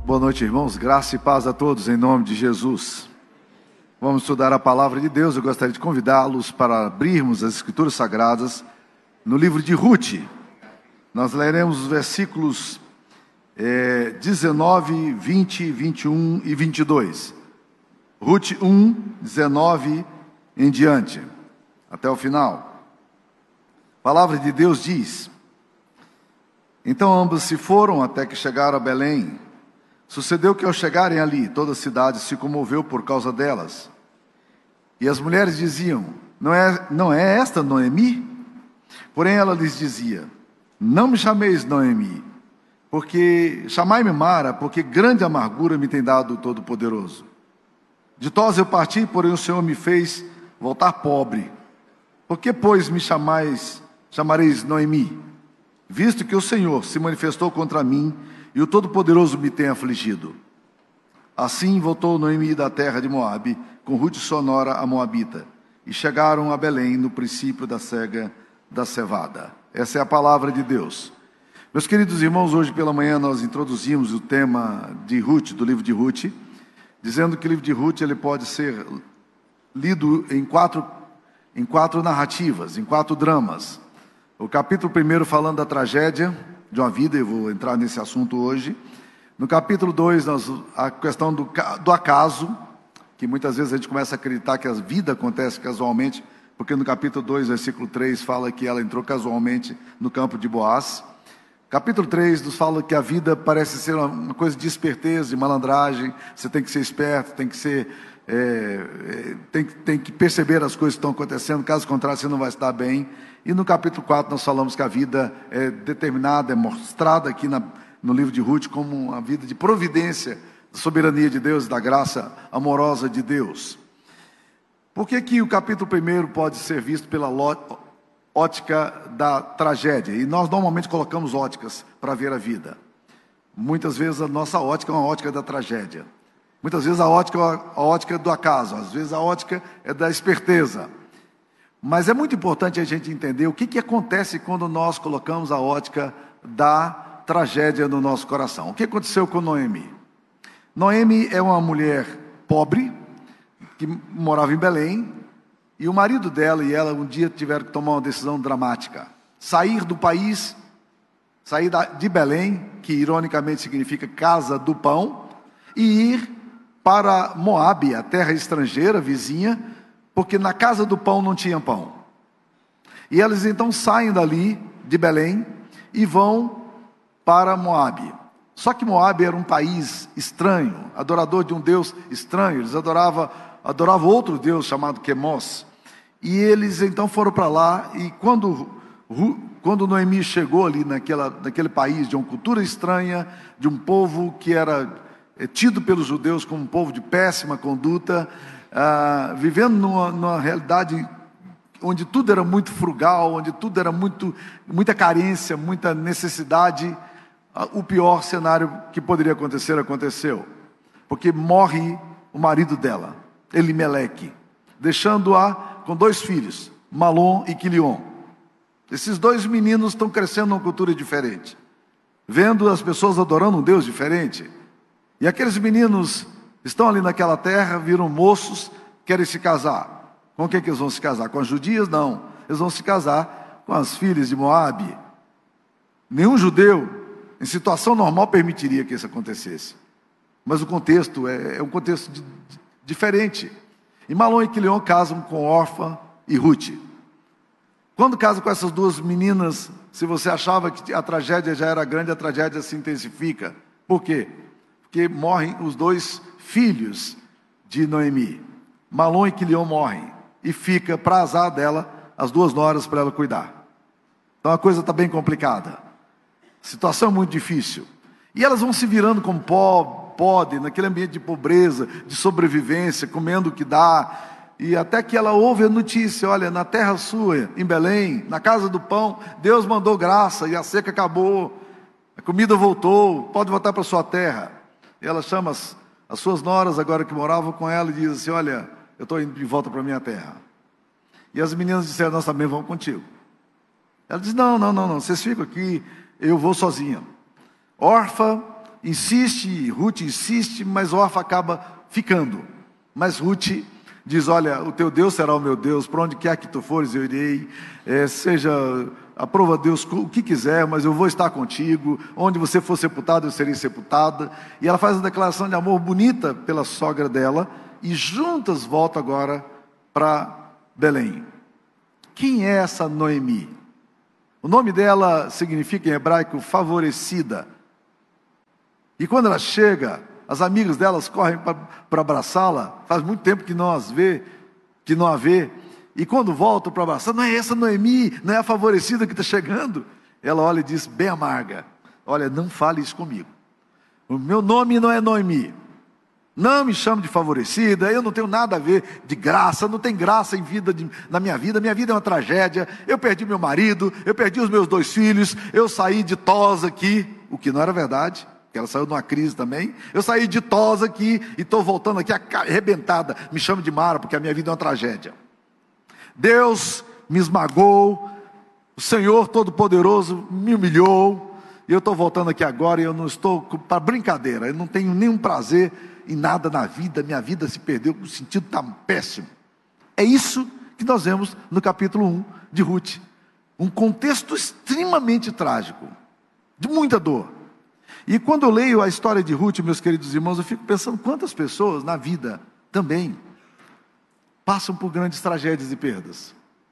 Boa noite, irmãos. Graça e paz a todos, em nome de Jesus. Vamos estudar a palavra de Deus. Eu gostaria de convidá-los para abrirmos as Escrituras Sagradas no livro de Ruth. Nós leremos os versículos 19, 20, 21 e 22. Ruth 1, 19 em diante, até o final. A palavra de Deus diz: Então ambas se foram até que chegaram a Belém. Sucedeu que ao chegarem ali, toda a cidade se comoveu por causa delas. E as mulheres diziam: Não é esta Noemi? Porém ela lhes dizia: Não me chameis Noemi, porque chamai-me Mara, porque grande amargura me tem dado o Todo-Poderoso. De Tós eu parti, porém o Senhor me fez voltar pobre. Por que, pois, me chamareis Noemi? Visto que o Senhor se manifestou contra mim, e o Todo-Poderoso me tem afligido. Assim voltou Noemi da terra de Moabe, com Ruth sua nora, a Moabita, e chegaram a Belém no princípio da cega da cevada. Essa é a palavra de Deus. Meus queridos irmãos, hoje pela manhã nós introduzimos o tema de Ruth, do livro de Ruth, dizendo que o livro de Ruth ele pode ser lido em quatro narrativas, em 4 dramas. O capítulo 1 falando da tragédia de uma vida, eu vou entrar nesse assunto hoje. No capítulo 2, a questão do acaso, que muitas vezes a gente começa a acreditar que a vida acontece casualmente, porque no capítulo 2, versículo 3, fala que ela entrou casualmente no campo de Boaz. Capítulo 3 nos fala que a vida parece ser uma coisa de esperteza, de malandragem, você tem que ser esperto, tem que ser... tem que perceber as coisas que estão acontecendo, caso contrário você não vai estar bem. E no capítulo 4 nós falamos que a vida é determinada, é mostrada aqui no livro de Ruth como uma vida de providência, da soberania de Deus, da graça amorosa de Deus. Por que o capítulo 1 pode ser visto pela ótica da tragédia? E nós normalmente colocamos óticas para ver a vida. Muitas vezes a nossa ótica é uma ótica da tragédia. Muitas vezes a ótica é a ótica do acaso, às vezes a ótica é da esperteza. Mas é muito importante a gente entender o que acontece quando nós colocamos a ótica da tragédia no nosso coração. O que aconteceu com Noemi? Noemi é uma mulher pobre, que morava em Belém, e o marido dela e ela um dia tiveram que tomar uma decisão dramática. Sair do país, sair de Belém, que ironicamente significa casa do pão, e ir para Moabe, a terra estrangeira, vizinha, porque na casa do pão não tinha pão. E eles então saem dali, de Belém, e vão para Moabe. Só que Moabe era um país estranho, adorador de um Deus estranho. Eles adoravam outro Deus chamado Quemos. E eles então foram para lá, e quando Noemi chegou ali naquele país de uma cultura estranha, de um povo que era tido pelos judeus como um povo de péssima conduta, vivendo numa realidade onde tudo era muito frugal, onde tudo era muita carência, muita necessidade, o pior cenário que poderia acontecer, aconteceu. Porque morre o marido dela, Elimeleque, deixando-a com 2 filhos, Malom e Quilion. Esses 2 meninos estão crescendo numa cultura diferente, vendo as pessoas adorando um Deus diferente. E aqueles meninos estão ali naquela terra, viram moços, querem se casar. Com quem que eles vão se casar? Com as judias? Não. Eles vão se casar com as filhas de Moabe. Nenhum judeu, em situação normal, permitiria que isso acontecesse. Mas o contexto é um contexto diferente. E Malom e Quilion casam com Orfa e Ruth. Quando casam com essas 2 meninas, se você achava que a tragédia já era grande, a tragédia se intensifica. Por quê? Porque morrem os 2 filhos de Noemi. Malom e Quilion morrem. E fica, para azar dela, as 2 noras para ela cuidar. Então a coisa está bem complicada. A situação é muito difícil. E elas vão se virando como podem, naquele ambiente de pobreza, de sobrevivência, comendo o que dá. E até que ela ouve a notícia: olha, na terra sua, em Belém, na casa do pão, Deus mandou graça e a seca acabou. A comida voltou, pode voltar para a sua terra. E ela chama as suas noras, agora que moravam com ela, e diz assim: olha, eu estou indo de volta para a minha terra. E as meninas disseram: nós também vamos contigo. Ela diz: não, vocês ficam aqui, eu vou sozinha. Orfa insiste, Ruth insiste, mas Orfa acaba ficando. Mas Ruth diz: olha, o teu Deus será o meu Deus, para onde quer que tu fores eu irei, aprova Deus o que quiser, mas eu vou estar contigo, onde você for sepultado eu serei sepultada. E ela faz uma declaração de amor bonita pela sogra dela, e juntas voltam agora para Belém. Quem é essa Noemi? O nome dela significa em hebraico favorecida. E quando ela chega, as amigas delas correm para abraçá-la. Faz muito tempo que não a vê. E quando voltam para abraçar: não é essa Noemi, não é a favorecida que está chegando? Ela olha e diz, bem amarga: olha, não fale isso comigo. O meu nome não é Noemi. Não me chame de favorecida, eu não tenho nada a ver de graça, não tem graça na minha vida é uma tragédia. Eu perdi meu marido, eu perdi os meus 2 filhos, eu saí ditosa aqui, o que não era verdade, porque ela saiu de uma crise também. Eu saí ditosa aqui e estou voltando aqui arrebentada. Me chame de Mara, porque a minha vida é uma tragédia. Deus me esmagou, o Senhor Todo-Poderoso me humilhou, e eu estou voltando aqui agora e eu não estou para brincadeira, eu não tenho nenhum prazer em nada na vida, minha vida se perdeu, o sentido está péssimo. É isso que nós vemos no capítulo 1 de Ruth. Um contexto extremamente trágico, de muita dor. E quando eu leio a história de Ruth, meus queridos irmãos, eu fico pensando quantas pessoas na vida também passam por grandes tragédias e perdas.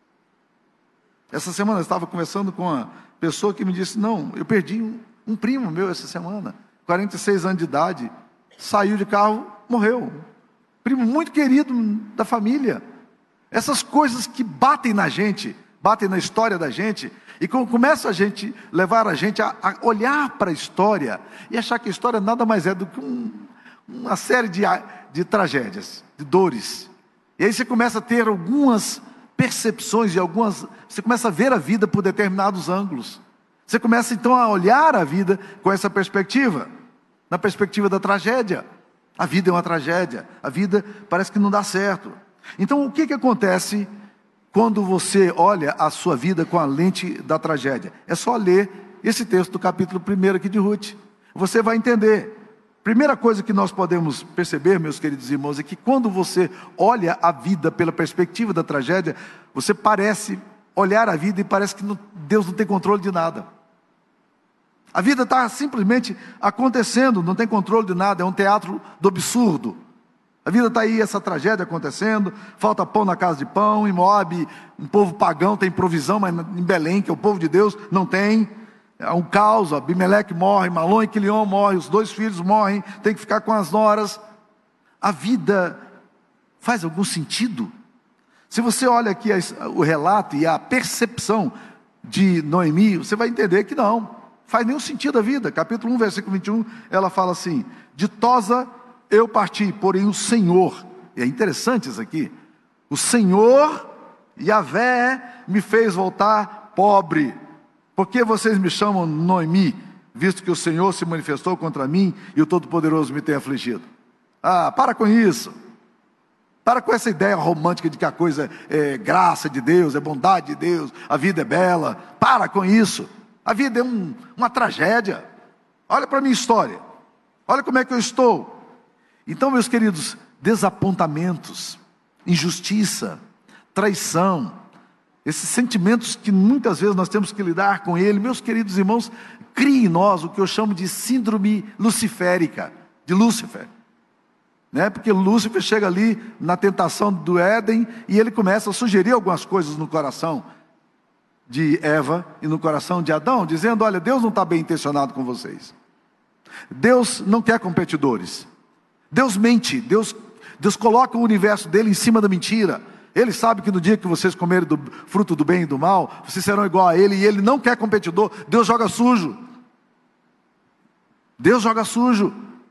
Essa semana eu estava conversando com uma pessoa que me disse: não, eu perdi um primo meu essa semana, 46 anos de idade, saiu de carro, morreu. Primo muito querido da família. Essas coisas que batem na gente, batem na história da gente, e começa levar a gente a olhar para a história e achar que a história nada mais é do que uma série de tragédias, de dores. E aí você começa a ter algumas percepções você começa a ver a vida por determinados ângulos. Você começa então a olhar a vida com essa perspectiva, na perspectiva da tragédia. A vida é uma tragédia, a vida parece que não dá certo. Então o que acontece quando você olha a sua vida com a lente da tragédia? É só ler esse texto do capítulo 1 aqui de Ruth. Você vai entender. Primeira coisa que nós podemos perceber, meus queridos irmãos, é que quando você olha a vida pela perspectiva da tragédia, você parece olhar a vida e parece que Deus não tem controle de nada. A vida está simplesmente acontecendo, não tem controle de nada, é um teatro do absurdo. A vida está aí, essa tragédia acontecendo, falta pão na casa de pão, em Moabe, um povo pagão tem provisão, mas em Belém, que é o povo de Deus, não tem. É um caos, Abimeleque morre, Malom e Quilion morrem, os 2 filhos morrem, tem que ficar com as noras. A vida faz algum sentido? Se você olha aqui o relato e a percepção de Noemi, você vai entender que não faz nenhum sentido a vida. Capítulo 1, versículo 21, ela fala assim: ditosa eu parti, porém o Senhor, e é interessante isso aqui, o Senhor, Yahvé, me fez voltar pobre. Por que vocês me chamam Noemi, visto que o Senhor se manifestou contra mim e o Todo-Poderoso me tem afligido? Para com isso. Para com essa ideia romântica de que a coisa é graça de Deus, é bondade de Deus, a vida é bela. Para com isso. A vida é uma tragédia. Olha para a minha história. Olha como é que eu estou. Então, meus queridos, desapontamentos, injustiça, traição, esses sentimentos que muitas vezes nós temos que lidar com ele, meus queridos irmãos, cria em nós o que eu chamo de síndrome luciférica, de Lúcifer. Porque Lúcifer chega ali na tentação do Éden e ele começa a sugerir algumas coisas no coração de Eva e no coração de Adão, dizendo: olha, Deus não está bem intencionado com vocês. Deus não quer competidores. Deus mente, Deus coloca o universo dele em cima da mentira. Ele sabe que no dia que vocês comerem do fruto do bem e do mal, vocês serão igual a ele, e ele não quer competidor. Deus joga sujo. Deus joga sujo.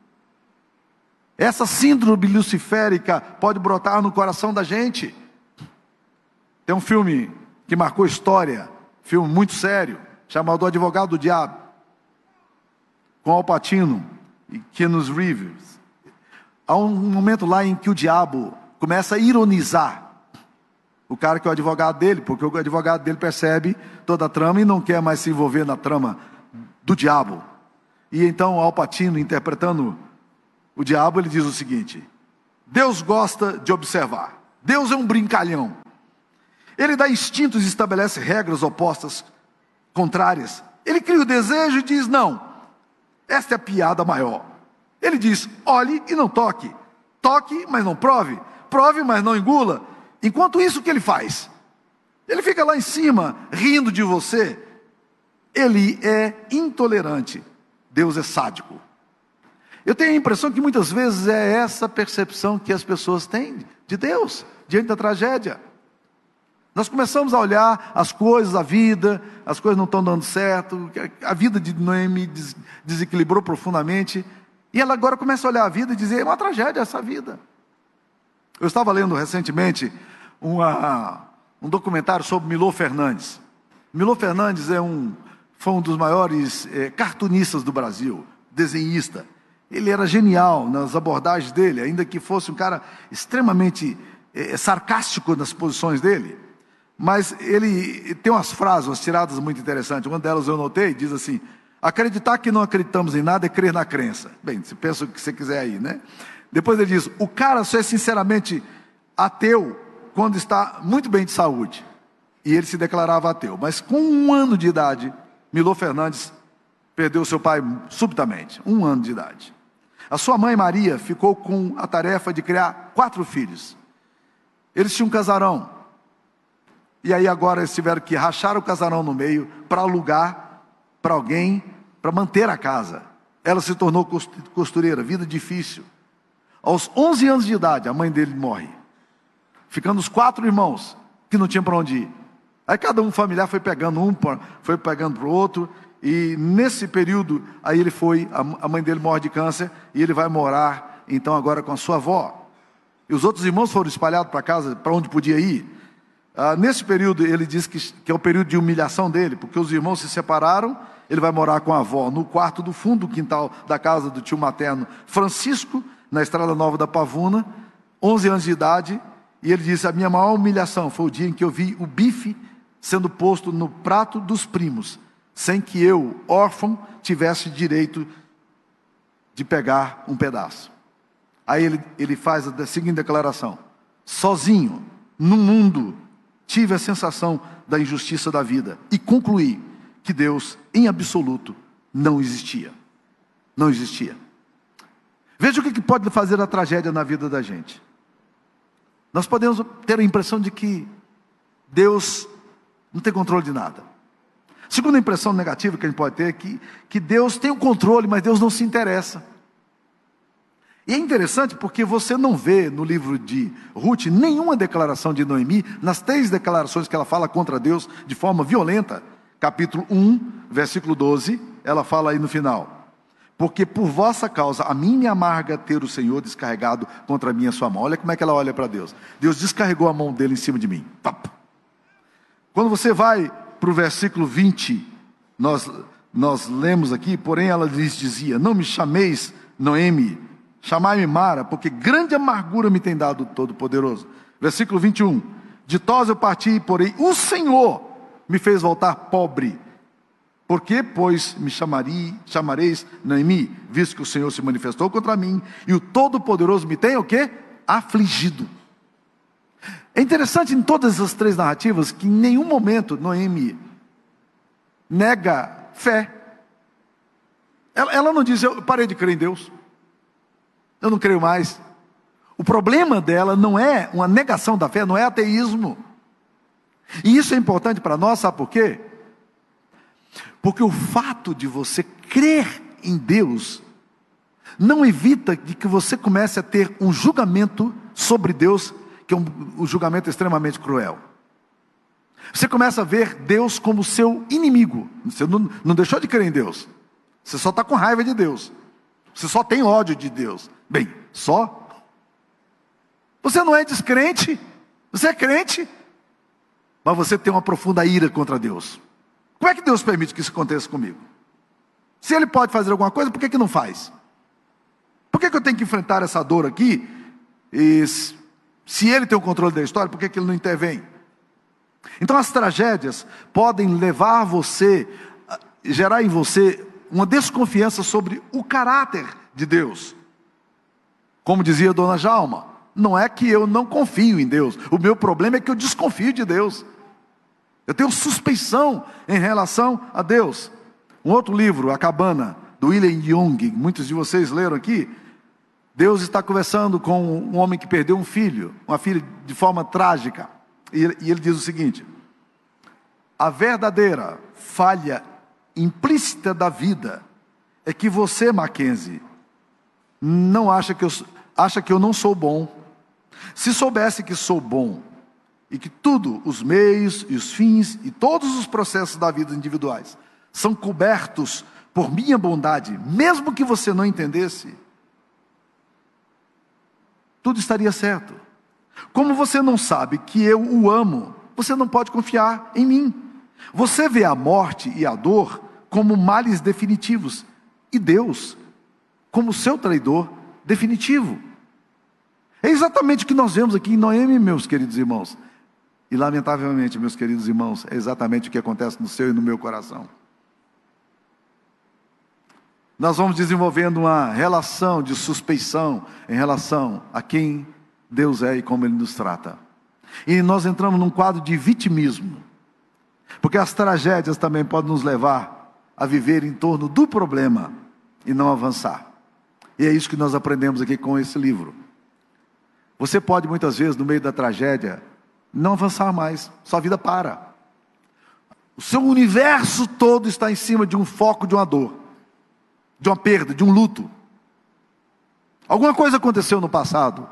Essa síndrome luciférica pode brotar no coração da gente. Tem um filme que marcou história, filme muito sério, chamado O Advogado do Diabo, com Al Pacino e Keanu Reeves. Há um momento lá em que o diabo começa a ironizar o cara que é o advogado dele, porque o advogado dele percebe toda a trama e não quer mais se envolver na trama do diabo. E então Al Pacino, interpretando o diabo, ele diz o seguinte: Deus gosta de observar. Deus é um brincalhão. Ele dá instintos e estabelece regras opostas, contrárias. Ele cria o desejo e diz: não, esta é a piada maior. Ele diz: olhe e não toque. Toque, mas não prove. Prove, mas não engula. Enquanto isso, o que ele faz? Ele fica lá em cima, rindo de você. Ele é intolerante. Deus é sádico. Eu tenho a impressão que muitas vezes é essa percepção que as pessoas têm de Deus, diante da tragédia. Nós começamos a olhar as coisas, a vida, as coisas não estão dando certo, a vida de Noemi desequilibrou profundamente, e ela agora começa a olhar a vida e dizer: é uma tragédia essa vida. Eu estava lendo recentemente um documentário sobre Milor Fernandes. Milor Fernandes foi um dos maiores cartunistas do Brasil, desenhista. Ele era genial nas abordagens dele, ainda que fosse um cara extremamente sarcástico nas posições dele. Mas ele tem umas frases, umas tiradas muito interessantes. Uma delas eu notei, diz assim: acreditar que não acreditamos em nada é crer na crença. Bem, você pensa o que você quiser aí, né? Depois ele diz: o cara só é sinceramente ateu quando está muito bem de saúde. E ele se declarava ateu. Mas com 1 ano de idade, Milor Fernandes perdeu seu pai subitamente. 1 ano de idade. A sua mãe Maria ficou com a tarefa de criar 4 filhos. Eles tinham um casarão. E aí agora eles tiveram que rachar o casarão no meio para alugar para alguém, para manter a casa. Ela se tornou costureira, vida difícil. Aos 11 anos de idade, a mãe dele morre, ficando os 4 irmãos, que não tinham para onde ir. Aí cada um familiar foi pegando foi pegando para o outro, e nesse período, aí a mãe dele morre de câncer, e ele vai morar, então agora com a sua avó. E os outros irmãos foram espalhados para casa, para onde podia ir. Nesse período, ele diz que é o período de humilhação dele, porque os irmãos se separaram. Ele vai morar com a avó no quarto do fundo do quintal da casa do tio materno Francisco, na Estrada Nova da Pavuna, 11 anos de idade. E ele disse: a minha maior humilhação foi o dia em que eu vi o bife sendo posto no prato dos primos, sem que eu, órfão, tivesse direito de pegar um pedaço. Aí ele faz a seguinte declaração: sozinho, no mundo, tive a sensação da injustiça da vida e concluí que Deus, em absoluto, não existia. Não existia. Veja o que pode fazer a tragédia na vida da gente. Nós podemos ter a impressão de que Deus não tem controle de nada. Segunda impressão negativa que a gente pode ter é que Deus tem o controle, mas Deus não se interessa. E é interessante porque você não vê no livro de Ruth nenhuma declaração de Noemi, nas 3 declarações que ela fala contra Deus de forma violenta. Capítulo 1, versículo 12, ela fala aí no final: porque por vossa causa a mim me amarga ter o Senhor descarregado contra mim a sua mão. Olha como é que ela olha para Deus. Deus descarregou a mão dele em cima de mim. Quando você vai para o versículo 20, nós lemos aqui: porém ela lhes dizia: não me chameis Noemi, chamai-me Mara, porque grande amargura me tem dado o Todo-Poderoso. Versículo 21, de Tosa eu parti, porém o Senhor me fez voltar pobre. Por que, pois, me chamareis Noemi, visto que o Senhor se manifestou contra mim, e o Todo-Poderoso me tem o quê? Afligido. É interessante em todas as 3 narrativas que em nenhum momento Noemi nega fé. Ela não diz: eu parei de crer em Deus, eu não creio mais. O problema dela não é uma negação da fé, não é ateísmo. E isso é importante para nós, sabe por quê? Porque o fato de você crer em Deus não evita de que você comece a ter um julgamento sobre Deus, que é um julgamento extremamente cruel. Você começa a ver Deus como seu inimigo. Você não deixou de crer em Deus, você só está com raiva de Deus, você só tem ódio de Deus. Bem, só? Você não é descrente, você é crente, mas você tem uma profunda ira contra Deus. Como é que Deus permite que isso aconteça comigo? Se Ele pode fazer alguma coisa, por que não faz? Por que eu tenho que enfrentar essa dor aqui? E se Ele tem o controle da história, por que Ele não intervém? Então as tragédias podem levar você, gerar em você uma desconfiança sobre o caráter de Deus. Como dizia Dona Jalma, não é que eu não confio em Deus, o meu problema é que eu desconfio de Deus. Eu tenho suspeição em relação a Deus. Um outro livro, A Cabana, do William Young, muitos de vocês leram aqui. Deus está conversando com um homem que perdeu um filho, uma filha de forma trágica. E ele diz o seguinte: a verdadeira falha implícita da vida é que você, Mackenzie, não acha que eu não sou bom. Se soubesse que sou bom, e que tudo, os meios e os fins e todos os processos da vida individuais são cobertos por minha bondade, mesmo que você não entendesse, tudo estaria certo. Como você não sabe que eu o amo, você não pode confiar em mim. Você vê a morte e a dor como males definitivos, e Deus como seu traidor definitivo. É exatamente o que nós vemos aqui em Noemi, meus queridos irmãos. E lamentavelmente, meus queridos irmãos, é exatamente o que acontece no seu e no meu coração. Nós vamos desenvolvendo uma relação de suspeição em relação a quem Deus é e como Ele nos trata. E nós entramos num quadro de vitimismo, porque as tragédias também podem nos levar a viver em torno do problema e não avançar. E é isso que nós aprendemos aqui com esse livro. Você pode muitas vezes, no meio da tragédia, não avançar mais, sua vida para. O seu universo todo está em cima de um foco de uma dor, de uma perda, de um luto. Alguma coisa aconteceu no passado,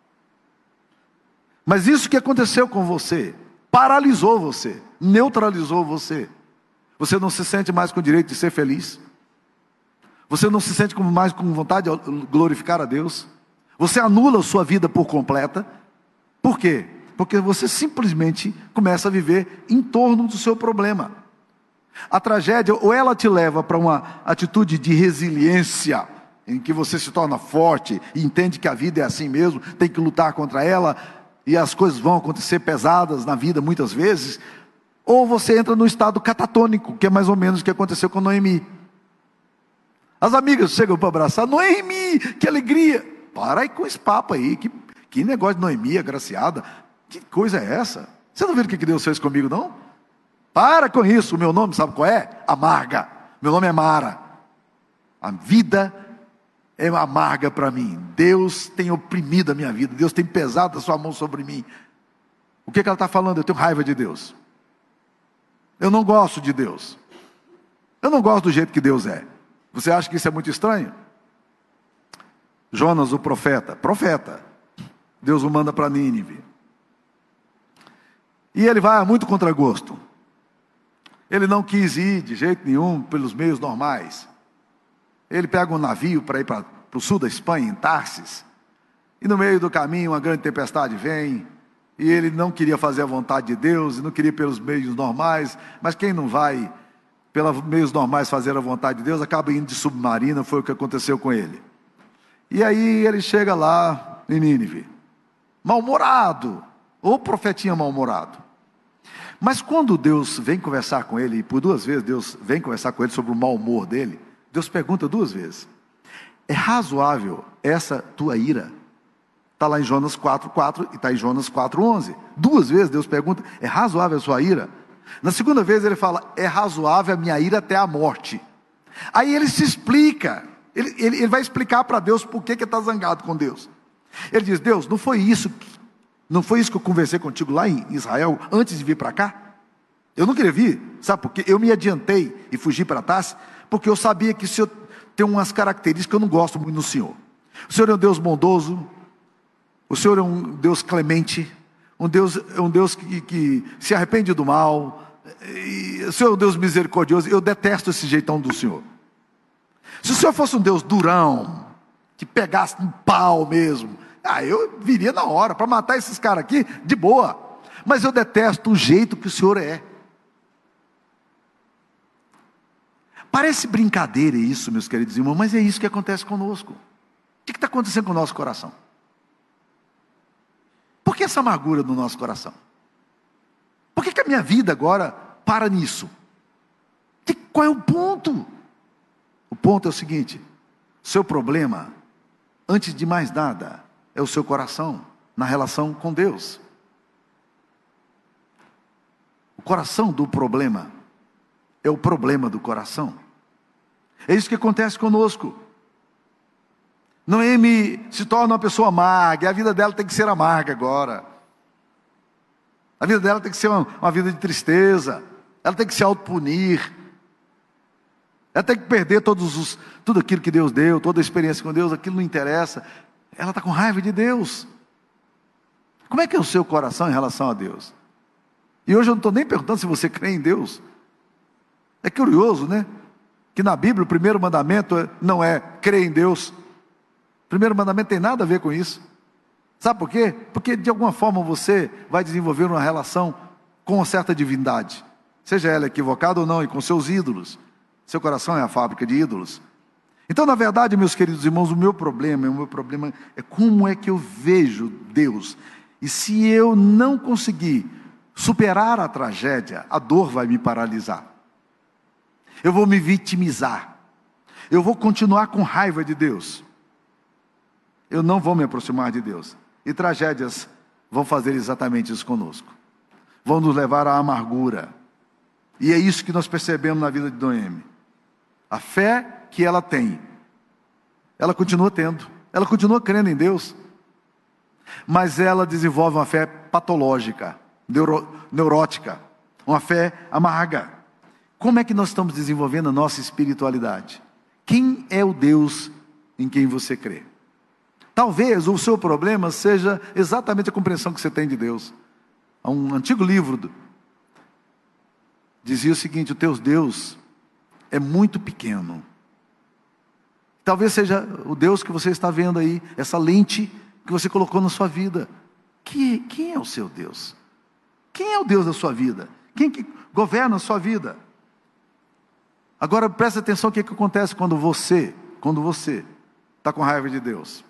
mas isso que aconteceu com você, paralisou você, neutralizou você. Você não se sente mais com o direito de ser feliz, você não se sente mais com vontade de glorificar a Deus, você anula a sua vida por completa. Por quê? Porque você simplesmente começa a viver em torno do seu problema. A tragédia, ou ela te leva para uma atitude de resiliência, em que você se torna forte e entende que a vida é assim mesmo, tem que lutar contra ela, e as coisas vão acontecer pesadas na vida muitas vezes. Ou você entra num estado catatônico, que é mais ou menos o que aconteceu com Noemi. As amigas chegam para abraçar: Noemi, que alegria! Para aí com esse papo aí, que negócio de Noemi, agraciada. Que coisa é essa? Você não viu o que Deus fez comigo, não? Para com isso. O meu nome, sabe qual é? Amarga. Meu nome é Mara. A vida é amarga para mim. Deus tem oprimido a minha vida. Deus tem pesado a sua mão sobre mim. O que ela está falando? Eu tenho raiva de Deus. Eu não gosto de Deus. Eu não gosto do jeito que Deus é. Você acha que isso é muito estranho? Jonas, o profeta. Deus o manda para Nínive. E ele vai a muito contragosto. Ele não quis ir de jeito nenhum pelos meios normais. Ele pega um navio para ir para o sul da Espanha, em Tarsis. E no meio do caminho uma grande tempestade vem. E ele não queria fazer a vontade de Deus, e não queria ir pelos meios normais. Mas quem não vai pelos meios normais fazer a vontade de Deus, acaba indo de submarino. Foi o que aconteceu com ele. E aí ele chega lá em Nínive, mal-humorado, ou profetinha mal-humorado. Mas quando Deus vem conversar com ele, e por 2 vezes Deus vem conversar com ele sobre o mau humor dele, Deus pergunta 2 vezes: é razoável essa tua ira? Está lá em Jonas 4:4 e está em Jonas 4:11. 2 vezes Deus pergunta: é razoável a sua ira? Na segunda vez ele fala: é razoável a minha ira até a morte. Aí ele se explica. Ele vai explicar para Deus por que ele está zangado com Deus. Ele diz: Deus, não foi isso que eu conversei contigo lá em Israel, antes de vir para cá? Eu não queria vir, sabe por quê? Eu me adiantei e fugi para Tarsis, porque eu sabia que o Senhor tem umas características que eu não gosto muito no Senhor. O Senhor é um Deus bondoso, o Senhor é um Deus clemente, um Deus que se arrepende do mal, e o Senhor é um Deus misericordioso. Eu detesto esse jeitão do Senhor. Se o Senhor fosse um Deus durão, que pegasse um pau mesmo, eu viria na hora para matar esses caras aqui, de boa. Mas eu detesto o jeito que o Senhor é. Parece brincadeira isso, meus queridos irmãos, mas é isso que acontece conosco. O que está acontecendo com o nosso coração? Por que essa amargura no nosso coração? Por que a minha vida agora para nisso? Qual é o ponto? ponto é o seguinte: seu problema, antes de mais nada, é o seu coração na relação com Deus. O coração do problema é o problema do coração. É isso que acontece conosco. Noemi se torna uma pessoa amarga, e a vida dela tem que ser amarga agora. A vida dela tem que ser uma vida de tristeza. Ela tem que se autopunir. Ela tem que perder tudo aquilo que Deus deu, toda a experiência com Deus, aquilo não interessa. Ela está com raiva de Deus. Como é que é o seu coração em relação a Deus? E hoje eu não estou nem perguntando se você crê em Deus. É curioso, né? Que na Bíblia o primeiro mandamento não é crer em Deus. O primeiro mandamento tem nada a ver com isso. Sabe por quê? Porque de alguma forma você vai desenvolver uma relação com uma certa divindade. Seja ela equivocada ou não, e com seus ídolos. Seu coração é a fábrica de ídolos. Então, na verdade, meus queridos irmãos, o meu problema é como é que eu vejo Deus. E se eu não conseguir superar a tragédia, a dor vai me paralisar. Eu vou me vitimizar. Eu vou continuar com raiva de Deus. Eu não vou me aproximar de Deus. E tragédias vão fazer exatamente isso conosco. Vão nos levar à amargura. E é isso que nós percebemos na vida de Noemi. A fé que ela tem, ela continua tendo. Ela continua crendo em Deus. Mas ela desenvolve uma fé patológica, neurótica. Uma fé amarga. Como é que nós estamos desenvolvendo a nossa espiritualidade? Quem é o Deus em quem você crê? Talvez o seu problema seja exatamente a compreensão que você tem de Deus. Há um antigo livro dizia o seguinte: o teu Deus é muito pequeno. Talvez seja o Deus que você está vendo aí, essa lente que você colocou na sua vida. Quem é o seu Deus? Quem é o Deus da sua vida? Quem que governa a sua vida? Agora presta atenção o que acontece quando você está com raiva de Deus.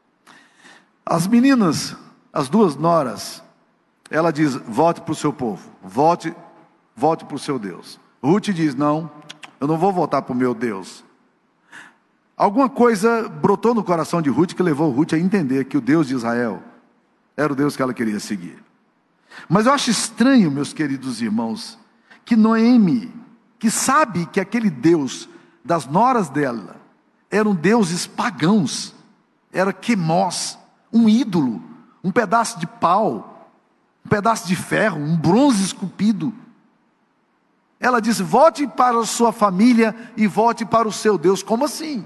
As meninas, as duas noras, ela diz: volte para o seu povo, volte para o seu Deus. Ruth diz: não, eu não vou voltar para o meu Deus. Alguma coisa brotou no coração de Ruth que levou Ruth a entender que o Deus de Israel era o Deus que ela queria seguir. Mas eu acho estranho, meus queridos irmãos, que Noemi, que sabe que aquele Deus das noras dela eram deuses pagãos, era Quemós, um ídolo, um pedaço de pau, um pedaço de ferro, um bronze esculpido. Ela disse: volte para a sua família e volte para o seu Deus. Como assim?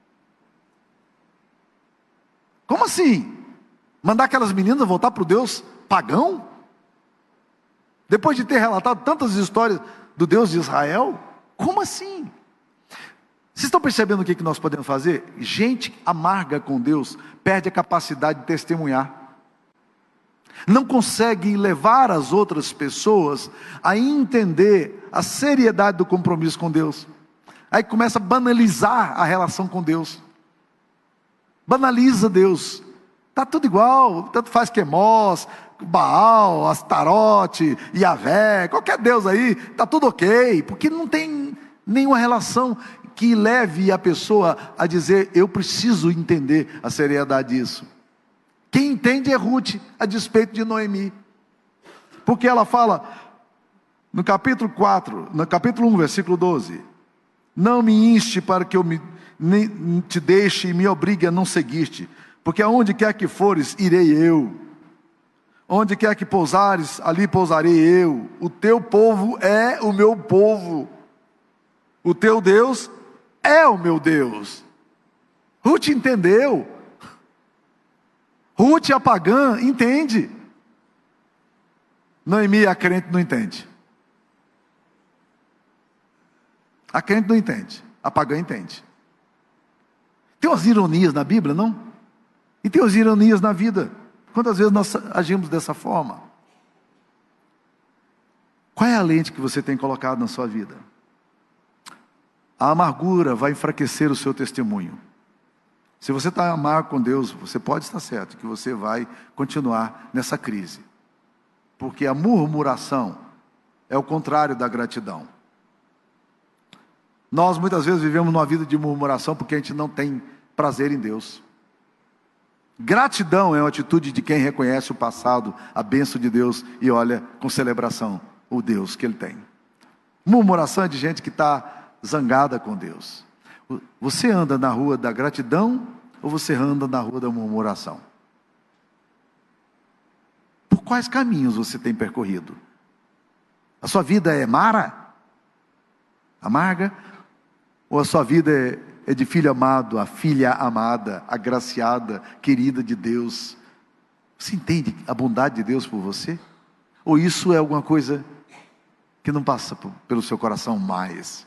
Como assim? Mandar aquelas meninas voltar para o Deus pagão? Depois de ter relatado tantas histórias do Deus de Israel? Como assim? Vocês estão percebendo o que nós podemos fazer? Gente amarga com Deus perde a capacidade de testemunhar. Não consegue levar as outras pessoas a entender a seriedade do compromisso com Deus. Aí começa a banalizar a relação com Deus. Banaliza Deus. Está tudo igual, tanto faz Quemós, Baal, Astarote, Yahvé, qualquer Deus aí, está tudo ok, porque não tem nenhuma relação que leve a pessoa a dizer: eu preciso entender a seriedade disso. Quem entende é Ruth, a despeito de Noemi, porque ela fala no capítulo 4, no capítulo 1, versículo 12: não me inste para que eu te deixe e me obrigue a não seguir-te, porque aonde quer que fores, irei eu, onde quer que pousares, ali pousarei eu. O teu povo é o meu povo, o teu Deus é o meu Deus. Ruth entendeu. Ruth, a pagã, entende. Noemi, a crente, não entende. A crente não entende, a pagã entende. Tem umas ironias na Bíblia, não? E tem umas ironias na vida. Quantas vezes nós agimos dessa forma? Qual é a lente que você tem colocado na sua vida? A amargura vai enfraquecer o seu testemunho. Se você está amargo com Deus, você pode estar certo que você vai continuar nessa crise. Porque a murmuração é o contrário da gratidão. Nós muitas vezes vivemos numa vida de murmuração porque a gente não tem prazer em Deus. Gratidão é uma atitude de quem reconhece o passado, a bênção de Deus e olha com celebração o Deus que Ele tem. Murmuração é de gente que está zangada com Deus. Você anda na rua da gratidão ou você anda na rua da murmuração? Por quais caminhos você tem percorrido? A sua vida é amarga? Ou a sua vida é de filho amado, a filha amada, agraciada, querida de Deus? Você entende a bondade de Deus por você? Ou isso é alguma coisa que não passa pelo seu coração mais?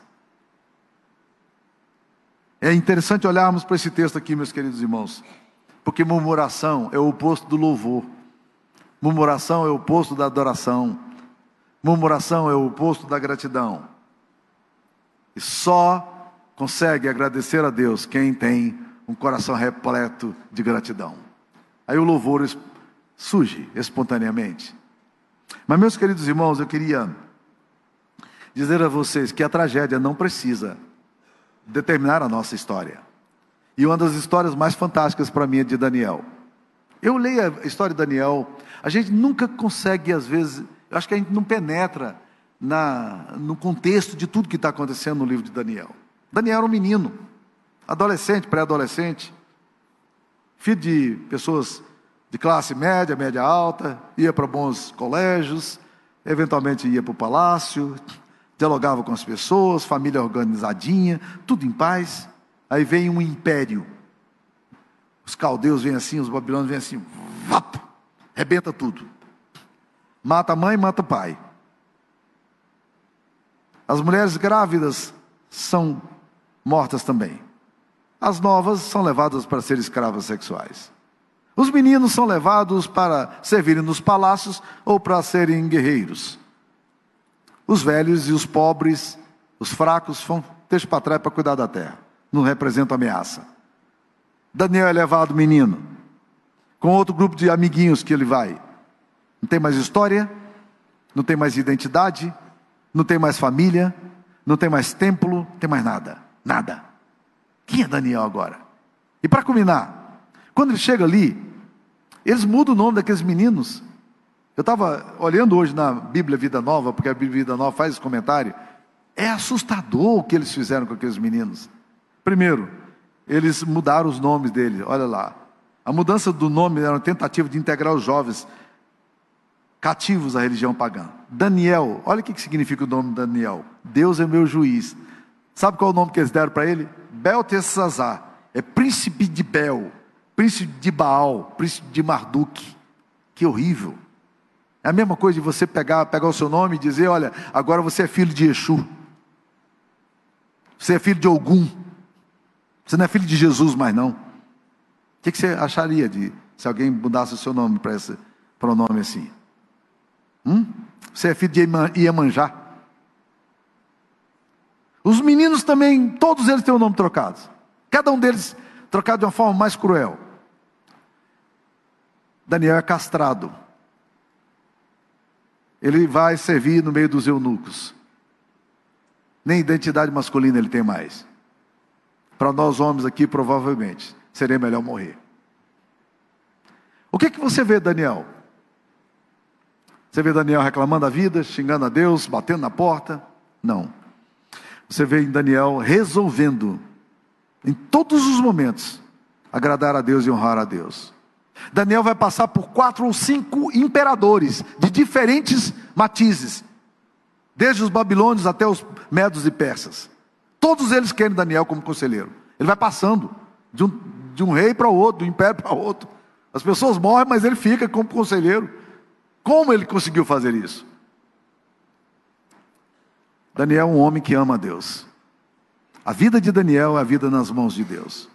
É interessante olharmos para esse texto aqui, meus queridos irmãos, porque murmuração é o oposto do louvor. Murmuração é o oposto da adoração. Murmuração é o oposto da gratidão. E só consegue agradecer a Deus quem tem um coração repleto de gratidão. Aí o louvor surge espontaneamente. Mas, meus queridos irmãos, eu queria dizer a vocês que a tragédia não precisa determinar a nossa história. E uma das histórias mais fantásticas para mim é de Daniel. Eu leio a história de Daniel, a gente nunca consegue, às vezes, eu acho que a gente não penetra no contexto de tudo que está acontecendo no livro de Daniel. Daniel era um menino, adolescente, pré-adolescente, filho de pessoas de classe média, média alta, ia para bons colégios, eventualmente ia para o palácio, dialogava com as pessoas, família organizadinha, tudo em paz. Aí vem um império. Os caldeus vêm assim, os babilônios vêm assim, vapo, rebenta tudo. Mata a mãe, mata o pai. As mulheres grávidas são mortas também. As novas são levadas para ser escravas sexuais. Os meninos são levados para servirem nos palácios ou para serem guerreiros. Os velhos e os pobres, os fracos, deixam para trás para cuidar da terra. Não representam ameaça. Daniel é levado menino, com outro grupo de amiguinhos que ele vai. Não tem mais história, não tem mais identidade, não tem mais família, não tem mais templo, não tem mais nada. Nada. Quem é Daniel agora? E para culminar, quando ele chega ali, eles mudam o nome daqueles meninos. Eu estava olhando hoje na Bíblia Vida Nova, porque a Bíblia Vida Nova faz esse comentário. É assustador o que eles fizeram com aqueles meninos. Primeiro, eles mudaram os nomes deles, olha lá. A mudança do nome era uma tentativa de integrar os jovens cativos à religião pagã. Daniel, olha o que significa o nome Daniel. Deus é meu juiz. Sabe qual é o nome que eles deram para ele? Beltesazar. É príncipe de Bel, príncipe de Baal, príncipe de Marduk. Que horrível. É a mesma coisa de você pegar o seu nome e dizer, olha, agora você é filho de Exu. Você é filho de Ogum. Você não é filho de Jesus mais não. O que você acharia se alguém mudasse o seu nome para um nome assim? Você é filho de Iemanjá. Os meninos também, todos eles têm o nome trocado. Cada um deles trocado de uma forma mais cruel. Daniel é castrado. Ele vai servir no meio dos eunucos. Nem identidade masculina ele tem mais. Para nós homens aqui, provavelmente, seria melhor morrer. O que você vê, Daniel? Você vê Daniel reclamando da vida, xingando a Deus, batendo na porta? Não. Você vê em Daniel resolvendo, em todos os momentos, agradar a Deus e honrar a Deus. Daniel vai passar por 4 ou 5 imperadores, de diferentes matizes, desde os babilônios até os medos e persas. Todos eles querem Daniel como conselheiro. Ele vai passando de um rei para o outro, do império para outro. As pessoas morrem, mas ele fica como conselheiro. Como ele conseguiu fazer isso? Daniel é um homem que ama a Deus. A vida de Daniel é a vida nas mãos de Deus.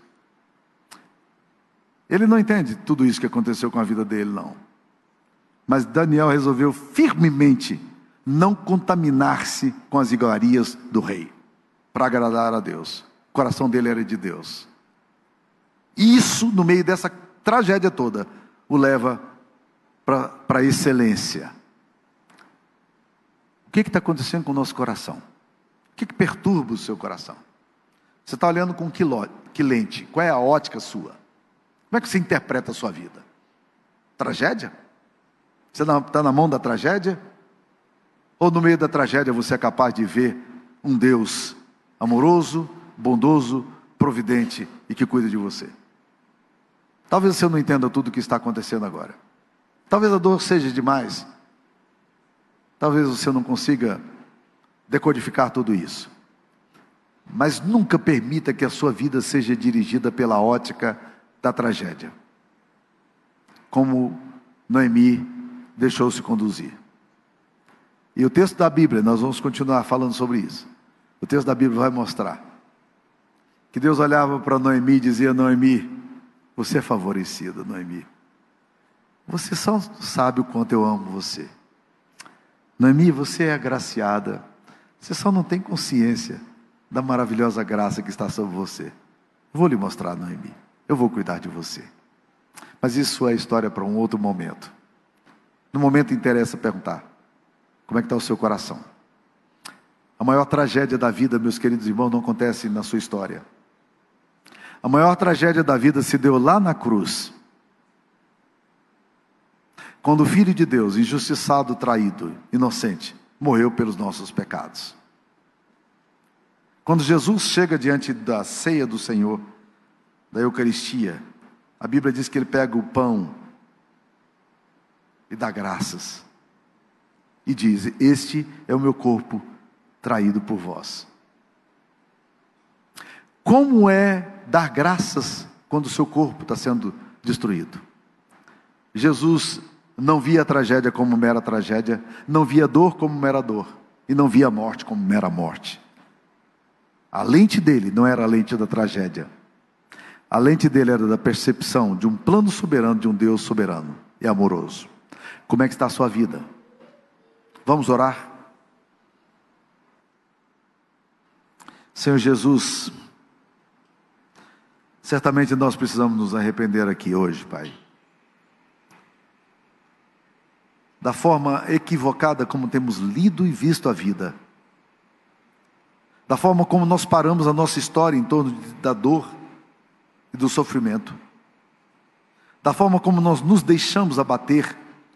Ele não entende tudo isso que aconteceu com a vida dele, não. Mas Daniel resolveu firmemente não contaminar-se com as iguarias do rei, para agradar a Deus. O coração dele era de Deus. E isso, no meio dessa tragédia toda, o leva para a excelência. O que está acontecendo com o nosso coração? que perturba o seu coração? Você está olhando com que lente? Qual é a ótica sua? Como é que você interpreta a sua vida? Tragédia? Você está na mão da tragédia? Ou no meio da tragédia você é capaz de ver um Deus amoroso, bondoso, providente e que cuida de você? Talvez você não entenda tudo o que está acontecendo agora. Talvez a dor seja demais. Talvez você não consiga decodificar tudo isso. Mas nunca permita que a sua vida seja dirigida pela ótica da tragédia. Como Noemi deixou-se conduzir. E o texto da Bíblia, nós vamos continuar falando sobre isso. O texto da Bíblia vai mostrar que Deus olhava para Noemi e dizia: Noemi, você é favorecida, Noemi. Você só sabe o quanto eu amo você. Noemi, você é agraciada. Você só não tem consciência da maravilhosa graça que está sobre você. Vou lhe mostrar, Noemi. Eu vou cuidar de você. Mas isso é história para um outro momento. No momento interessa perguntar: como é que está o seu coração? A maior tragédia da vida, meus queridos irmãos, não acontece na sua história. A maior tragédia da vida se deu lá na cruz. Quando o Filho de Deus, injustiçado, traído, inocente, morreu pelos nossos pecados. Quando Jesus chega diante da ceia do Senhor, da Eucaristia, a Bíblia diz que ele pega o pão e dá graças. E diz: este é o meu corpo traído por vós. Como é dar graças quando o seu corpo está sendo destruído? Jesus não via a tragédia como mera tragédia, não via a dor como mera dor, e não via a morte como mera morte. A lente dele não era a lente da tragédia. A lente dele era da percepção de um plano soberano, de um Deus soberano e amoroso. Como é que está a sua vida? Vamos orar? Senhor Jesus, certamente nós precisamos nos arrepender aqui hoje, Pai. Da forma equivocada como temos lido e visto a vida. Da forma como nós paramos a nossa história em torno da dor e do sofrimento. Da forma como nós nos deixamos abater.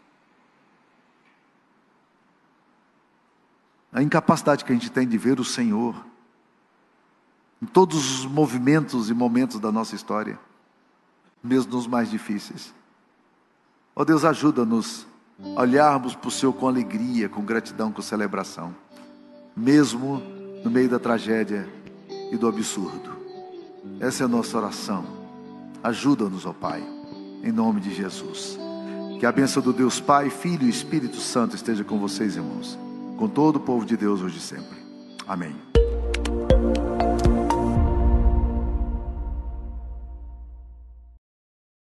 A incapacidade que a gente tem de ver o Senhor em todos os movimentos e momentos da nossa história, mesmo nos mais difíceis. Ó Deus, ajuda-nos a olharmos para o Senhor com alegria, com gratidão, com celebração, mesmo no meio da tragédia e do absurdo. Essa é a nossa oração. Ajuda-nos, ó Pai, em nome de Jesus. Que a bênção do Deus Pai, Filho e Espírito Santo esteja com vocês, irmãos, com todo o povo de Deus hoje e sempre. Amém.